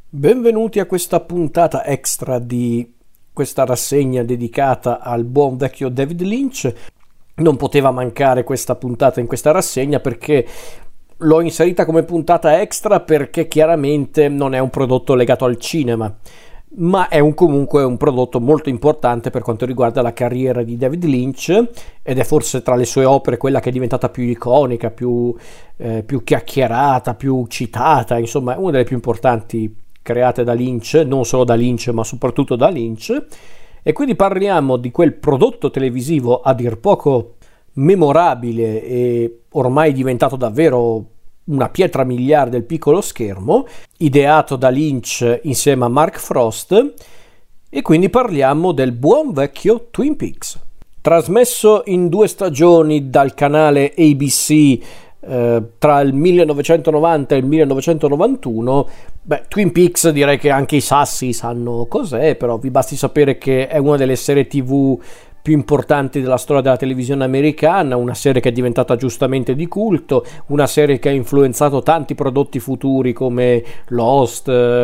Benvenuti a questa puntata extra di questa rassegna dedicata al buon vecchio David Lynch. Non poteva mancare questa puntata in questa rassegna perché l'ho inserita come puntata extra perché chiaramente non è un prodotto legato al cinema, ma è comunque un prodotto molto importante per quanto riguarda la carriera di David Lynch ed è forse tra le sue opere quella che è diventata più iconica, più chiacchierata, più citata, insomma è una delle più importanti create da Lynch, non solo da Lynch ma soprattutto da Lynch. E quindi parliamo di quel prodotto televisivo a dir poco memorabile e ormai diventato davvero una pietra miliare del piccolo schermo, ideato da Lynch insieme a Mark Frost, e quindi parliamo del buon vecchio Twin Peaks. Trasmesso in 2 stagioni dal canale ABC tra il 1990 e il 1991, Twin Peaks direi che anche i sassi sanno cos'è, però vi basti sapere che è una delle serie TV più importanti della storia della televisione americana, una serie che è diventata giustamente di culto, una serie che ha influenzato tanti prodotti futuri come Lost,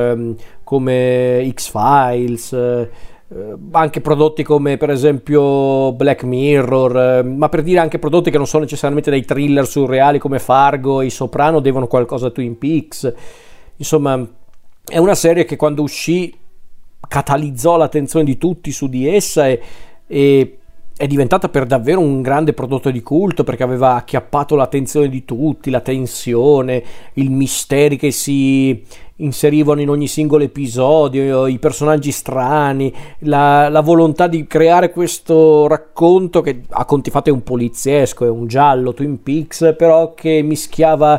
come X-Files, anche prodotti come per esempio Black Mirror, ma per dire anche prodotti che non sono necessariamente dei thriller surreali come Fargo e I Soprano devono qualcosa a Twin Peaks. Insomma, è una serie che quando uscì catalizzò l'attenzione di tutti su di essa e è diventata per davvero un grande prodotto di culto perché aveva acchiappato l'attenzione di tutti, la tensione, i misteri che si inserivano in ogni singolo episodio, i personaggi strani, la volontà di creare questo racconto che a conti fatti è un poliziesco, è un giallo Twin Peaks, però che mischiava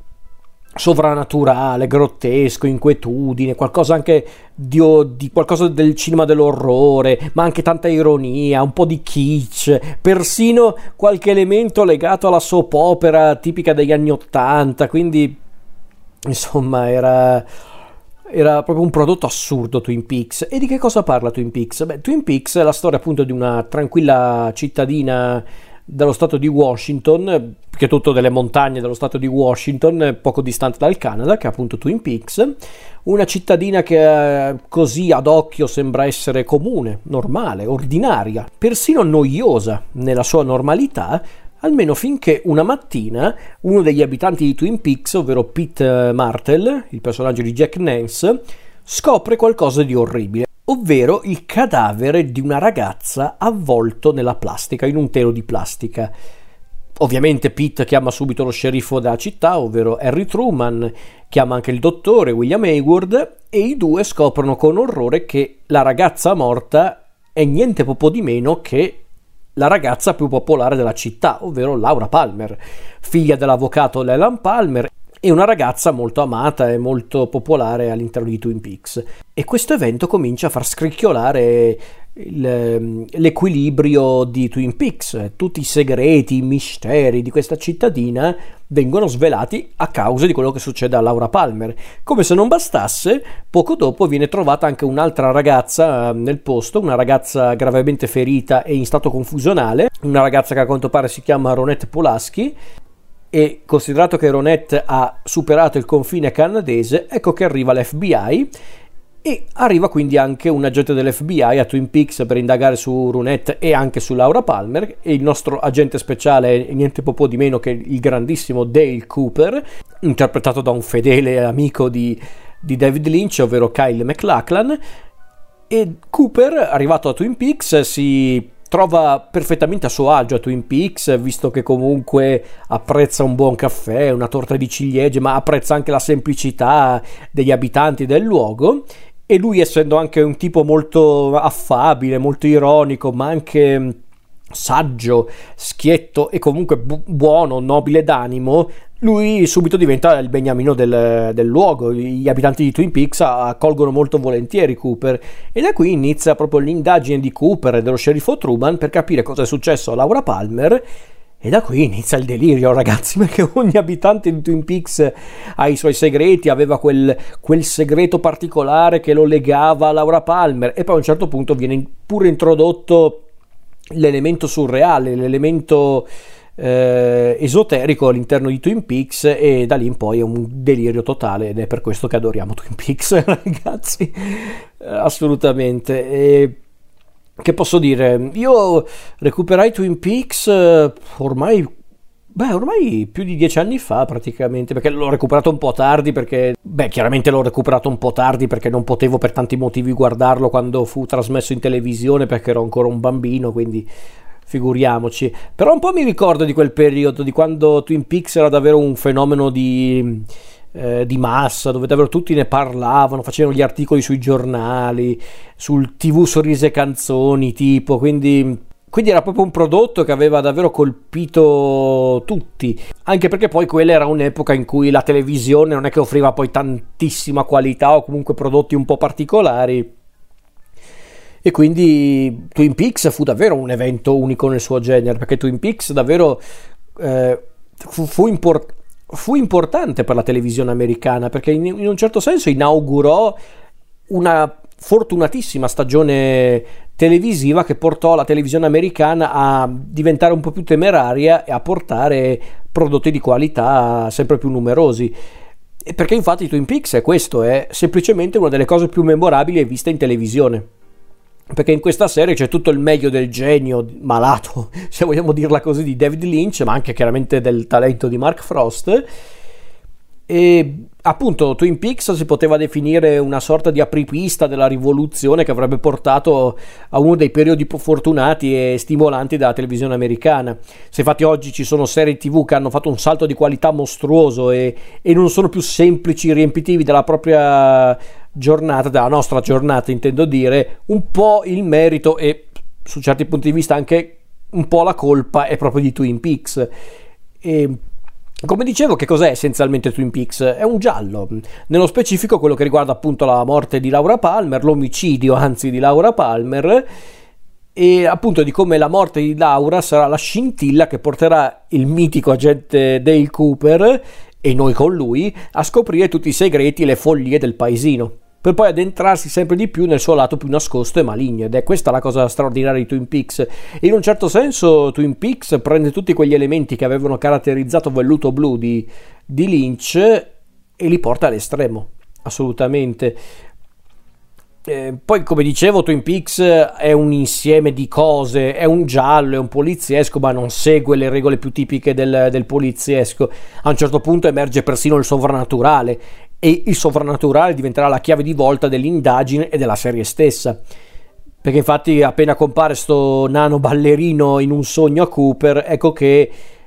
sovrannaturale, grottesco, inquietudine, qualcosa anche di qualcosa del cinema dell'orrore, ma anche tanta ironia, un po' di kitsch, persino qualche elemento legato alla soap opera tipica degli anni '80, quindi insomma era proprio un prodotto assurdo Twin Peaks. E di che cosa parla Twin Peaks? Twin Peaks è la storia appunto di una tranquilla cittadina dello stato di Washington, che è tutto delle montagne dello stato di Washington, poco distante dal Canada, che è appunto Twin Peaks, una cittadina che così ad occhio sembra essere comune, normale, ordinaria, persino noiosa nella sua normalità, almeno finché una mattina uno degli abitanti di Twin Peaks, ovvero Pete Martell, il personaggio di Jack Nance, scopre qualcosa di orribile, ovvero il cadavere di una ragazza avvolto nella plastica, in un telo di plastica. Ovviamente Pete chiama subito lo sceriffo della città, ovvero Harry Truman, chiama anche il dottore William Hayward e i due scoprono con orrore che la ragazza morta è niente poco di meno che la ragazza più popolare della città, ovvero Laura Palmer, figlia dell'avvocato Leland Palmer e una ragazza molto amata e molto popolare all'interno di Twin Peaks. E questo evento comincia a far scricchiolare l'equilibrio di Twin Peaks. Tutti i segreti, i misteri di questa cittadina vengono svelati a causa di quello che succede a Laura Palmer. Come se non bastasse, poco dopo viene trovata anche un'altra ragazza nel posto, una ragazza gravemente ferita e in stato confusionale, una ragazza che a quanto pare si chiama Ronette Pulaski. E considerato che Ronette ha superato il confine canadese, ecco che arriva l'FBI e arriva quindi anche un agente dell'FBI a Twin Peaks per indagare su Ronette e anche su Laura Palmer, e il nostro agente speciale è niente poco di meno che il grandissimo Dale Cooper, interpretato da un fedele amico di David Lynch, ovvero Kyle MacLachlan. E Cooper, arrivato a Twin Peaks, si trova perfettamente a suo agio a Twin Peaks, visto che comunque apprezza un buon caffè, una torta di ciliegie, ma apprezza anche la semplicità degli abitanti del luogo. E lui, essendo anche un tipo molto affabile, molto ironico, ma anche saggio, schietto e comunque buono, nobile d'animo, lui subito diventa il beniamino del luogo. Gli abitanti di Twin Peaks accolgono molto volentieri Cooper e da qui inizia proprio l'indagine di Cooper e dello sceriffo Truman per capire cosa è successo a Laura Palmer. E da qui inizia il delirio, ragazzi, perché ogni abitante di Twin Peaks ha i suoi segreti, aveva quel segreto particolare che lo legava a Laura Palmer, e poi a un certo punto viene pure introdotto l'elemento surreale, l'elemento esoterico all'interno di Twin Peaks, e da lì in poi è un delirio totale, ed è per questo che adoriamo Twin Peaks, ragazzi, assolutamente. E che posso dire? Io recuperai Twin Peaks ormai più di 10 anni fa praticamente, perché l'ho recuperato un po' tardi, perché, chiaramente l'ho recuperato un po' tardi perché non potevo per tanti motivi guardarlo quando fu trasmesso in televisione, perché ero ancora un bambino, quindi figuriamoci. Però un po' mi ricordo di quel periodo, di quando Twin Peaks era davvero un fenomeno di massa, dove davvero tutti ne parlavano, facevano gli articoli sui giornali, sul TV Sorrisi e Canzoni, tipo, quindi era proprio un prodotto che aveva davvero colpito tutti, anche perché poi quella era un'epoca in cui la televisione non è che offriva poi tantissima qualità, o comunque prodotti un po' particolari, e quindi Twin Peaks fu davvero un evento unico nel suo genere, perché Twin Peaks davvero fu importante per la televisione americana, perché in un certo senso inaugurò una fortunatissima stagione televisiva che portò la televisione americana a diventare un po' più temeraria e a portare prodotti di qualità sempre più numerosi. E perché infatti Twin Peaks è semplicemente una delle cose più memorabili viste in televisione, perché in questa serie c'è tutto il meglio del genio malato, se vogliamo dirla così, di David Lynch, ma anche chiaramente del talento di Mark Frost. E appunto Twin Peaks si poteva definire una sorta di apripista della rivoluzione che avrebbe portato a uno dei periodi più fortunati e stimolanti della televisione americana. Se infatti oggi ci sono serie TV che hanno fatto un salto di qualità mostruoso e non sono più semplici riempitivi della propria giornata, della nostra giornata intendo dire, un po' il merito e su certi punti di vista anche un po' la colpa è proprio di Twin Peaks. E come dicevo, che cos'è essenzialmente Twin Peaks? È un giallo, nello specifico quello che riguarda appunto la morte di Laura Palmer, l'omicidio anzi di Laura Palmer, e appunto di come la morte di Laura sarà la scintilla che porterà il mitico agente Dale Cooper, e noi con lui, a scoprire tutti i segreti e le follie del paesino, per poi addentrarsi sempre di più nel suo lato più nascosto e maligno. Ed è questa la cosa straordinaria di Twin Peaks. In un certo senso Twin Peaks prende tutti quegli elementi che avevano caratterizzato Velluto Blu di Lynch e li porta all'estremo, assolutamente. Poi, come dicevo, Twin Peaks è un insieme di cose, è un giallo, è un poliziesco, ma non segue le regole più tipiche del poliziesco. A un certo punto emerge persino il sovrannaturale, e il sovrannaturale diventerà la chiave di volta dell'indagine e della serie stessa, perché infatti appena compare sto nano ballerino in un sogno a Cooper, ecco che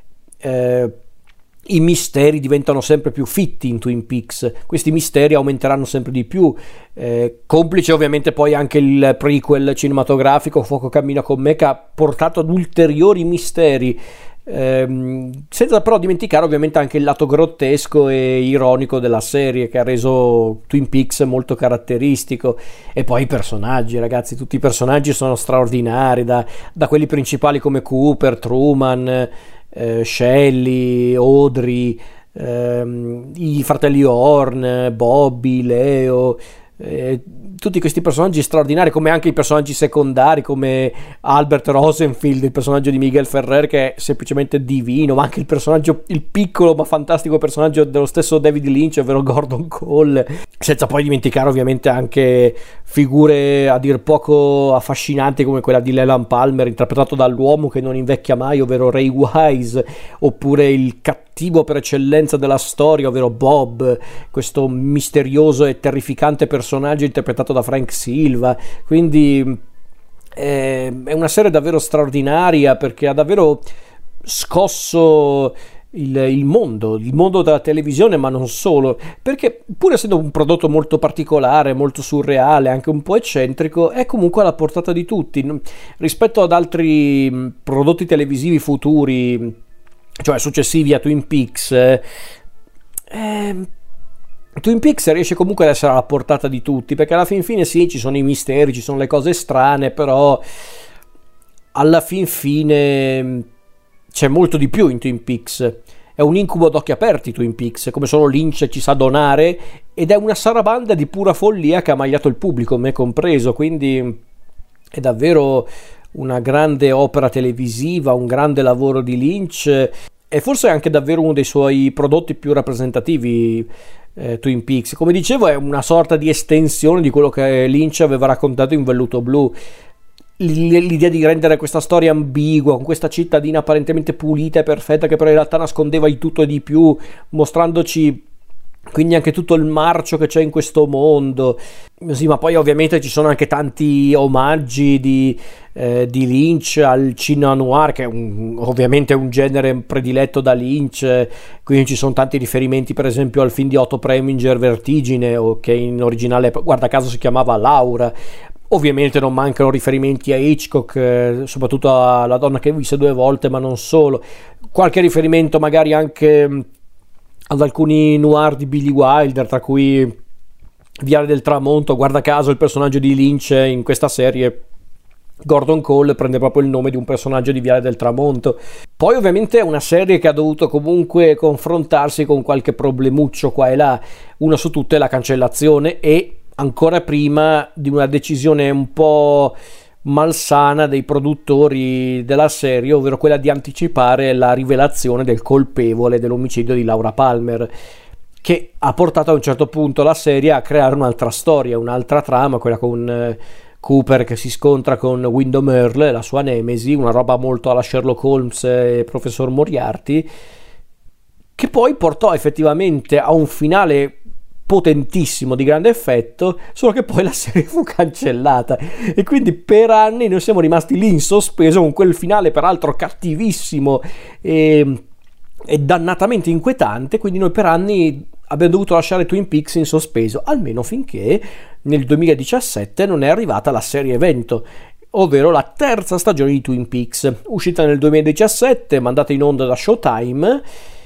i misteri diventano sempre più fitti in Twin Peaks. Questi misteri aumenteranno sempre di più, complice ovviamente poi anche il prequel cinematografico Fuoco cammina con me, che ha portato ad ulteriori misteri, senza però dimenticare ovviamente anche il lato grottesco e ironico della serie, che ha reso Twin Peaks molto caratteristico. E poi i personaggi, ragazzi, tutti i personaggi sono straordinari, da quelli principali come Cooper, Truman, Shelley, Audrey, i fratelli Horn, Bobby, Leo, tutti questi personaggi straordinari, come anche i personaggi secondari come Albert Rosenfield, il personaggio di Miguel Ferrer, che è semplicemente divino, ma anche il piccolo ma fantastico personaggio dello stesso David Lynch, ovvero Gordon Cole, senza poi dimenticare ovviamente anche figure a dir poco affascinanti come quella di Leland Palmer, interpretato dall'uomo che non invecchia mai, ovvero Ray Wise, oppure il cattivo per eccellenza della storia, ovvero Bob, questo misterioso e terrificante personaggio interpretato da Frank Silva. Quindi è una serie davvero straordinaria, perché ha davvero scosso il mondo della televisione, ma non solo, perché pur essendo un prodotto molto particolare, molto surreale, anche un po' eccentrico, è comunque alla portata di tutti rispetto ad altri prodotti televisivi futuri, cioè successivi a Twin Peaks. Twin Peaks riesce comunque ad essere alla portata di tutti, perché alla fin fine sì, ci sono i misteri, ci sono le cose strane, però alla fin fine c'è molto di più in Twin Peaks. È un incubo d'occhi aperti Twin Peaks, come solo Lynch ci sa donare, ed è una sarabanda di pura follia che ha magliato il pubblico, me compreso. Quindi è davvero una grande opera televisiva, un grande lavoro di Lynch, e forse anche davvero uno dei suoi prodotti più rappresentativi, Twin Peaks. Come dicevo, è una sorta di estensione di quello che Lynch aveva raccontato in Velluto Blu. L'idea di rendere questa storia ambigua, con questa cittadina apparentemente pulita e perfetta che però in realtà nascondeva di tutto e di più, mostrandoci quindi anche tutto il marcio che c'è in questo mondo. Sì, ma poi ovviamente ci sono anche tanti omaggi di Lynch al cinema noir, che è ovviamente un genere prediletto da Lynch, quindi ci sono tanti riferimenti per esempio al film di Otto Preminger Vertigine, o che in originale guarda caso si chiamava Laura. Ovviamente non mancano riferimenti a Hitchcock, soprattutto alla donna che visse due volte, ma non solo. Qualche riferimento magari anche ad alcuni noir di Billy Wilder, tra cui Viale del Tramonto. Guarda caso il personaggio di Lynch in questa serie, Gordon Cole, prende proprio il nome di un personaggio di Viale del Tramonto. Poi ovviamente è una serie che ha dovuto comunque confrontarsi con qualche problemuccio qua e là. Uno su tutte è la cancellazione, e ancora prima di una decisione un po' malsana dei produttori della serie, ovvero quella di anticipare la rivelazione del colpevole dell'omicidio di Laura Palmer, che ha portato a un certo punto la serie a creare un'altra storia, un'altra trama, quella con Cooper che si scontra con Windom Earle, la sua nemesi, una roba molto alla Sherlock Holmes e Professor Moriarty, che poi portò effettivamente a un finale potentissimo, di grande effetto, solo che poi la serie fu cancellata e quindi per anni noi siamo rimasti lì in sospeso con quel finale peraltro cattivissimo e dannatamente inquietante. Quindi noi per anni abbiamo dovuto lasciare Twin Peaks in sospeso, almeno finché nel 2017 non è arrivata la serie evento, ovvero la terza stagione di Twin Peaks, uscita nel 2017, mandata in onda da Showtime.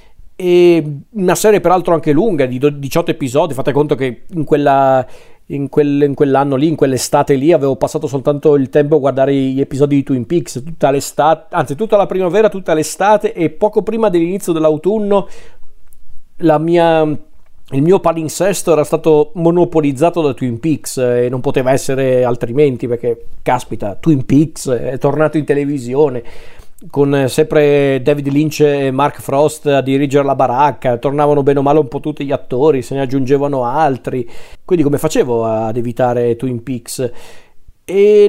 E una serie peraltro anche lunga, di 18 episodi. Fate conto che in quell'anno lì, in quell'estate lì, avevo passato soltanto il tempo a guardare gli episodi di Twin Peaks tutta l'estate, anzi tutta la primavera, tutta l'estate, e poco prima dell'inizio dell'autunno il mio palinsesto era stato monopolizzato da Twin Peaks, e non poteva essere altrimenti, perché caspita, Twin Peaks è tornato in televisione con sempre David Lynch e Mark Frost a dirigere la baracca. Tornavano bene o male un po' tutti gli attori, se ne aggiungevano altri, quindi come facevo ad evitare Twin Peaks? E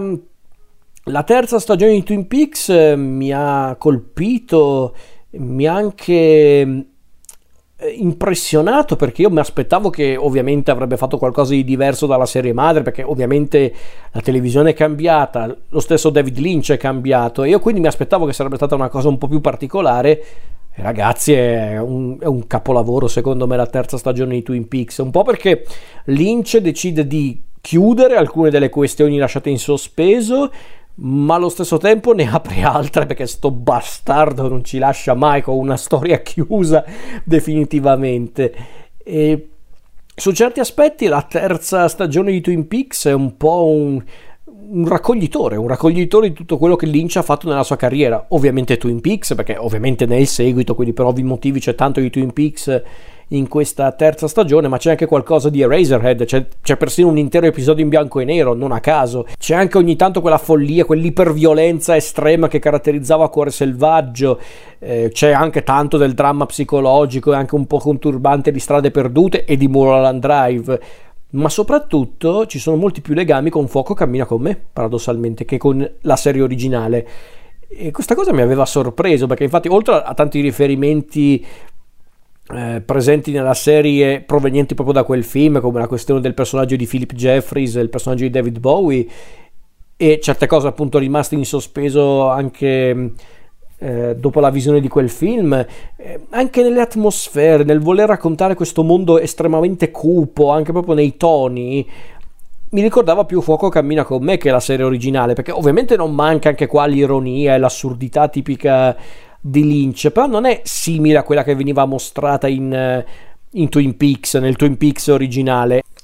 la terza stagione di Twin Peaks mi ha colpito, mi ha anche impressionato, perché io mi aspettavo che ovviamente avrebbe fatto qualcosa di diverso dalla serie madre, perché ovviamente la televisione è cambiata, lo stesso David Lynch è cambiato, e io quindi mi aspettavo che sarebbe stata una cosa un po' più particolare. E ragazzi, è un capolavoro secondo me la terza stagione di Twin Peaks, un po' perché Lynch decide di chiudere alcune delle questioni lasciate in sospeso, ma allo stesso tempo ne apre altre, perché sto bastardo non ci lascia mai con una storia chiusa definitivamente. E su certi aspetti la terza stagione di Twin Peaks è un po' un raccoglitore di tutto quello che Lynch ha fatto nella sua carriera. Ovviamente Twin Peaks, perché ovviamente ne è il seguito, quindi per ovvi motivi c'è tanto di Twin Peaks in questa terza stagione, ma c'è anche qualcosa di Eraserhead, c'è persino un intero episodio in bianco e nero, non a caso. C'è anche ogni tanto quella follia, quell'iperviolenza estrema che caratterizzava Cuore Selvaggio. C'è anche tanto del dramma psicologico e anche un po' conturbante di Strade Perdute e di Mulholland Drive, ma soprattutto ci sono molti più legami con Fuoco cammina con me, paradossalmente, che con la serie originale. E questa cosa mi aveva sorpreso, perché infatti oltre a tanti riferimenti presenti nella serie provenienti proprio da quel film, come la questione del personaggio di Philip Jeffries, il personaggio di David Bowie, e certe cose appunto rimaste in sospeso anche dopo la visione di quel film, anche nelle atmosfere, nel voler raccontare questo mondo estremamente cupo, anche proprio nei toni, mi ricordava più Fuoco cammina con me che la serie originale, perché ovviamente non manca anche qua l'ironia e l'assurdità tipica di Lynch, però non è simile a quella che veniva mostrata in Twin Peaks, nel Twin Peaks originale.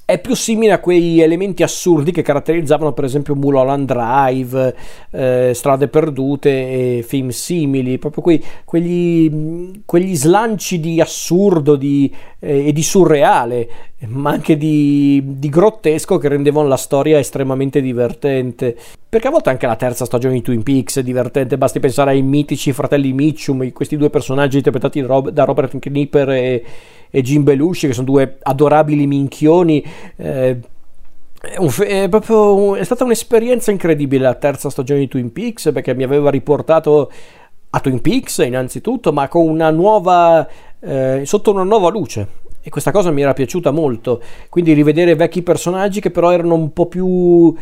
è più simile a quegli elementi assurdi che caratterizzavano per esempio Mulholland Drive, Strade Perdute e film simili, proprio quegli slanci di assurdo e di surreale, ma anche di grottesco, che rendevano la storia estremamente divertente. Perché a volte anche la terza stagione di Twin Peaks è divertente, basti pensare ai mitici fratelli Mitchum, questi due personaggi interpretati da Robert Knipper e Jim Belushi, che sono due adorabili minchioni. È stata un'esperienza incredibile la terza stagione di Twin Peaks, perché mi aveva riportato a Twin Peaks innanzitutto, ma con sotto una nuova luce, e questa cosa mi era piaciuta molto. Quindi rivedere vecchi personaggi che però erano un po' più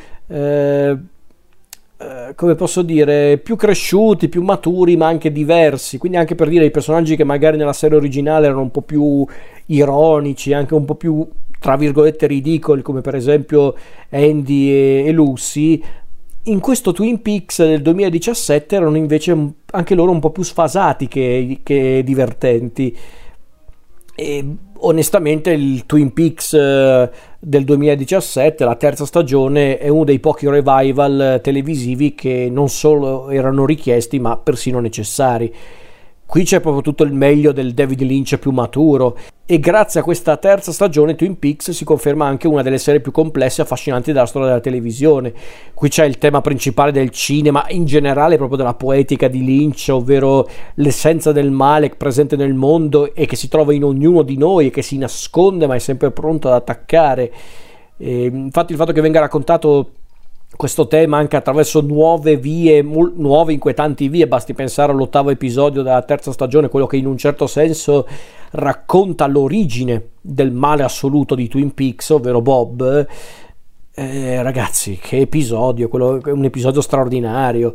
come posso dire, più cresciuti, più maturi, ma anche diversi. Quindi anche per dire, i personaggi che magari nella serie originale erano un po' più ironici, anche un po' più tra virgolette ridicoli, come per esempio Andy e Lucy, in questo Twin Peaks del 2017 erano invece anche loro un po' più sfasati che divertenti. E onestamente il Twin Peaks del 2017, la terza stagione, è uno dei pochi revival televisivi che non solo erano richiesti ma persino necessari. Qui c'è proprio tutto il meglio del David Lynch più maturo, e grazie a questa terza stagione Twin Peaks si conferma anche una delle serie più complesse e affascinanti della storia della televisione. Qui c'è il tema principale del cinema, in generale proprio della poetica di Lynch, ovvero l'essenza del male presente nel mondo e che si trova in ognuno di noi e che si nasconde ma è sempre pronto ad attaccare. E infatti il fatto che venga raccontato questo tema anche attraverso nuove inquietanti vie, basti pensare all'ottavo episodio della terza stagione, quello che in un certo senso racconta l'origine del male assoluto di Twin Peaks, ovvero Bob. Ragazzi, che episodio, quello è un episodio straordinario,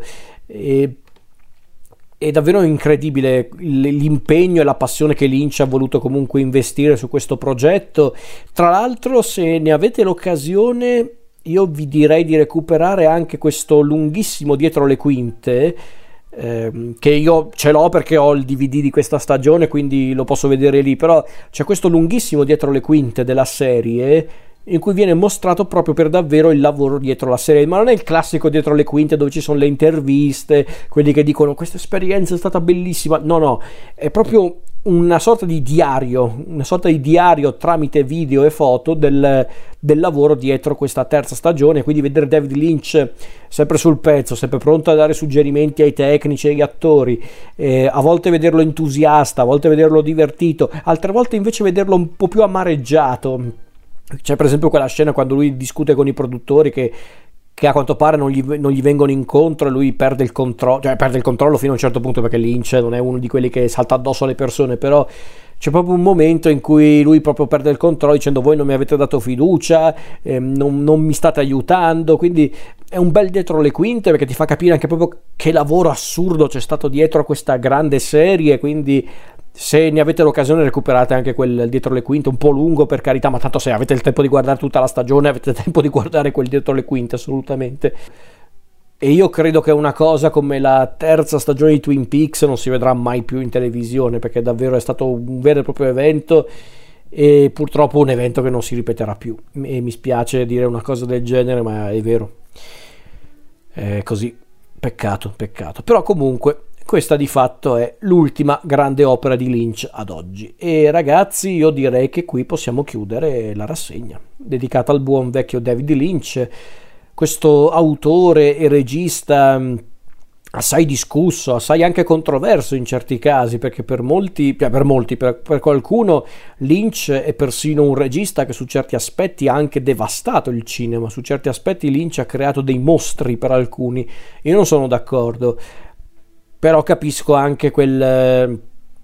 è davvero incredibile l'impegno e la passione che Lynch ha voluto comunque investire su questo progetto. Tra l'altro, se ne avete l'occasione, io vi direi di recuperare anche questo lunghissimo dietro le quinte, che io ce l'ho perché ho il DVD di questa stagione, quindi lo posso vedere lì, però c'è questo lunghissimo dietro le quinte della serie in cui viene mostrato proprio per davvero il lavoro dietro la serie, ma non è il classico dietro le quinte dove ci sono le interviste, quelli che dicono questa esperienza è stata bellissima. No, è proprio una sorta di diario tramite video e foto del lavoro dietro questa terza stagione. Quindi vedere David Lynch sempre sul pezzo, sempre pronto a dare suggerimenti ai tecnici e agli attori, a volte vederlo entusiasta, a volte vederlo divertito, altre volte invece vederlo un po' più amareggiato. C'è per esempio quella scena quando lui discute con i produttori che a quanto pare non gli vengono incontro, e lui perde il controllo fino a un certo punto, perché Lynch non è uno di quelli che salta addosso alle persone, però c'è proprio un momento in cui lui proprio perde il controllo dicendo voi non mi avete dato fiducia, non mi state aiutando. Quindi è un bel dietro le quinte, perché ti fa capire anche proprio che lavoro assurdo c'è stato dietro a questa grande serie. Quindi se ne avete l'occasione recuperate anche quel dietro le quinte, un po' lungo per carità, ma tanto se avete il tempo di guardare tutta la stagione avete tempo di guardare quel dietro le quinte, assolutamente. E io credo che una cosa come la terza stagione di Twin Peaks non si vedrà mai più in televisione, perché davvero è stato un vero e proprio evento, e purtroppo un evento che non si ripeterà più, e mi spiace dire una cosa del genere, ma è vero, è così. Peccato. Però comunque questa di fatto è l'ultima grande opera di Lynch ad oggi. E ragazzi, io direi che qui possiamo chiudere la rassegna dedicata al buon vecchio David Lynch, questo autore e regista assai discusso, assai anche controverso in certi casi, perché per qualcuno Lynch è persino un regista che su certi aspetti ha anche devastato il cinema, su certi aspetti Lynch ha creato dei mostri per alcuni. Io non sono d'accordo, però capisco anche quel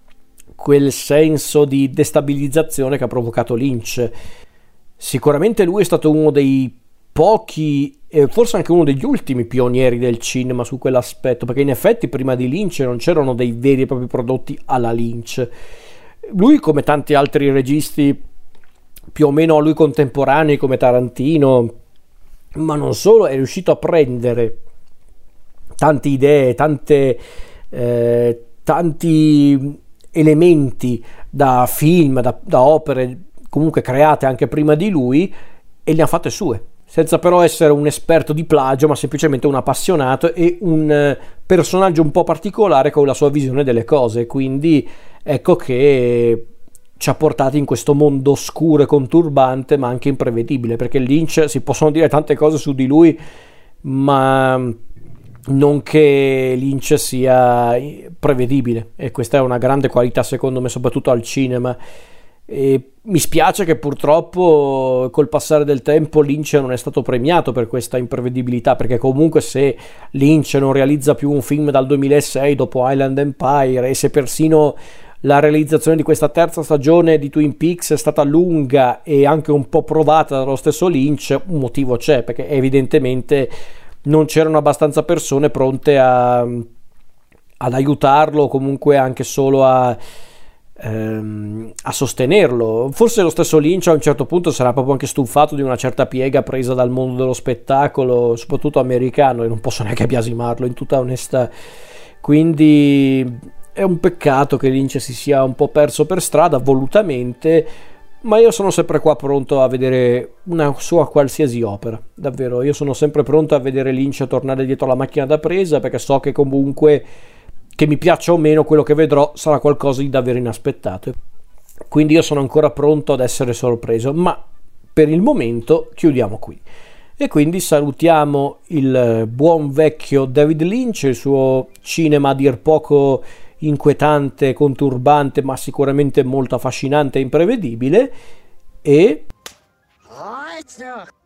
senso di destabilizzazione che ha provocato Lynch. Sicuramente lui è stato uno dei pochi, e forse anche uno degli ultimi pionieri del cinema su quell'aspetto, perché in effetti prima di Lynch non c'erano dei veri e propri prodotti alla Lynch. Lui, come tanti altri registi più o meno a lui contemporanei come Tarantino, ma non solo, è riuscito a prendere tante idee, tanti elementi da film, da opere comunque create anche prima di lui, e le ha fatte sue, senza però essere un esperto di plagio, ma semplicemente un appassionato e un personaggio un po' particolare con la sua visione delle cose. Quindi ecco che ci ha portati in questo mondo oscuro e conturbante, ma anche imprevedibile, perché Lynch, si possono dire tante cose su di lui, ma non che Lynch sia prevedibile, e questa è una grande qualità secondo me, soprattutto al cinema. E mi spiace che purtroppo col passare del tempo Lynch non è stato premiato per questa imprevedibilità, perché comunque se Lynch non realizza più un film dal 2006 dopo Island Empire, e se persino la realizzazione di questa terza stagione di Twin Peaks è stata lunga e anche un po' provata dallo stesso Lynch, un motivo c'è, perché evidentemente non c'erano abbastanza persone pronte ad aiutarlo, o comunque anche solo a sostenerlo. Forse lo stesso Lynch a un certo punto sarà proprio anche stufato di una certa piega presa dal mondo dello spettacolo, soprattutto americano, e non posso neanche biasimarlo in tutta onestà. Quindi è un peccato che Lynch si sia un po' perso per strada volutamente, ma io sono sempre qua pronto a vedere una sua qualsiasi opera, davvero. Io sono sempre pronto a vedere Lynch tornare dietro la macchina da presa, perché so che comunque, che mi piaccia o meno, quello che vedrò sarà qualcosa di davvero inaspettato. Quindi io sono ancora pronto ad essere sorpreso, ma per il momento chiudiamo qui. E quindi salutiamo il buon vecchio David Lynch, il suo cinema a dir poco inquietante, conturbante, ma sicuramente molto affascinante e imprevedibile, e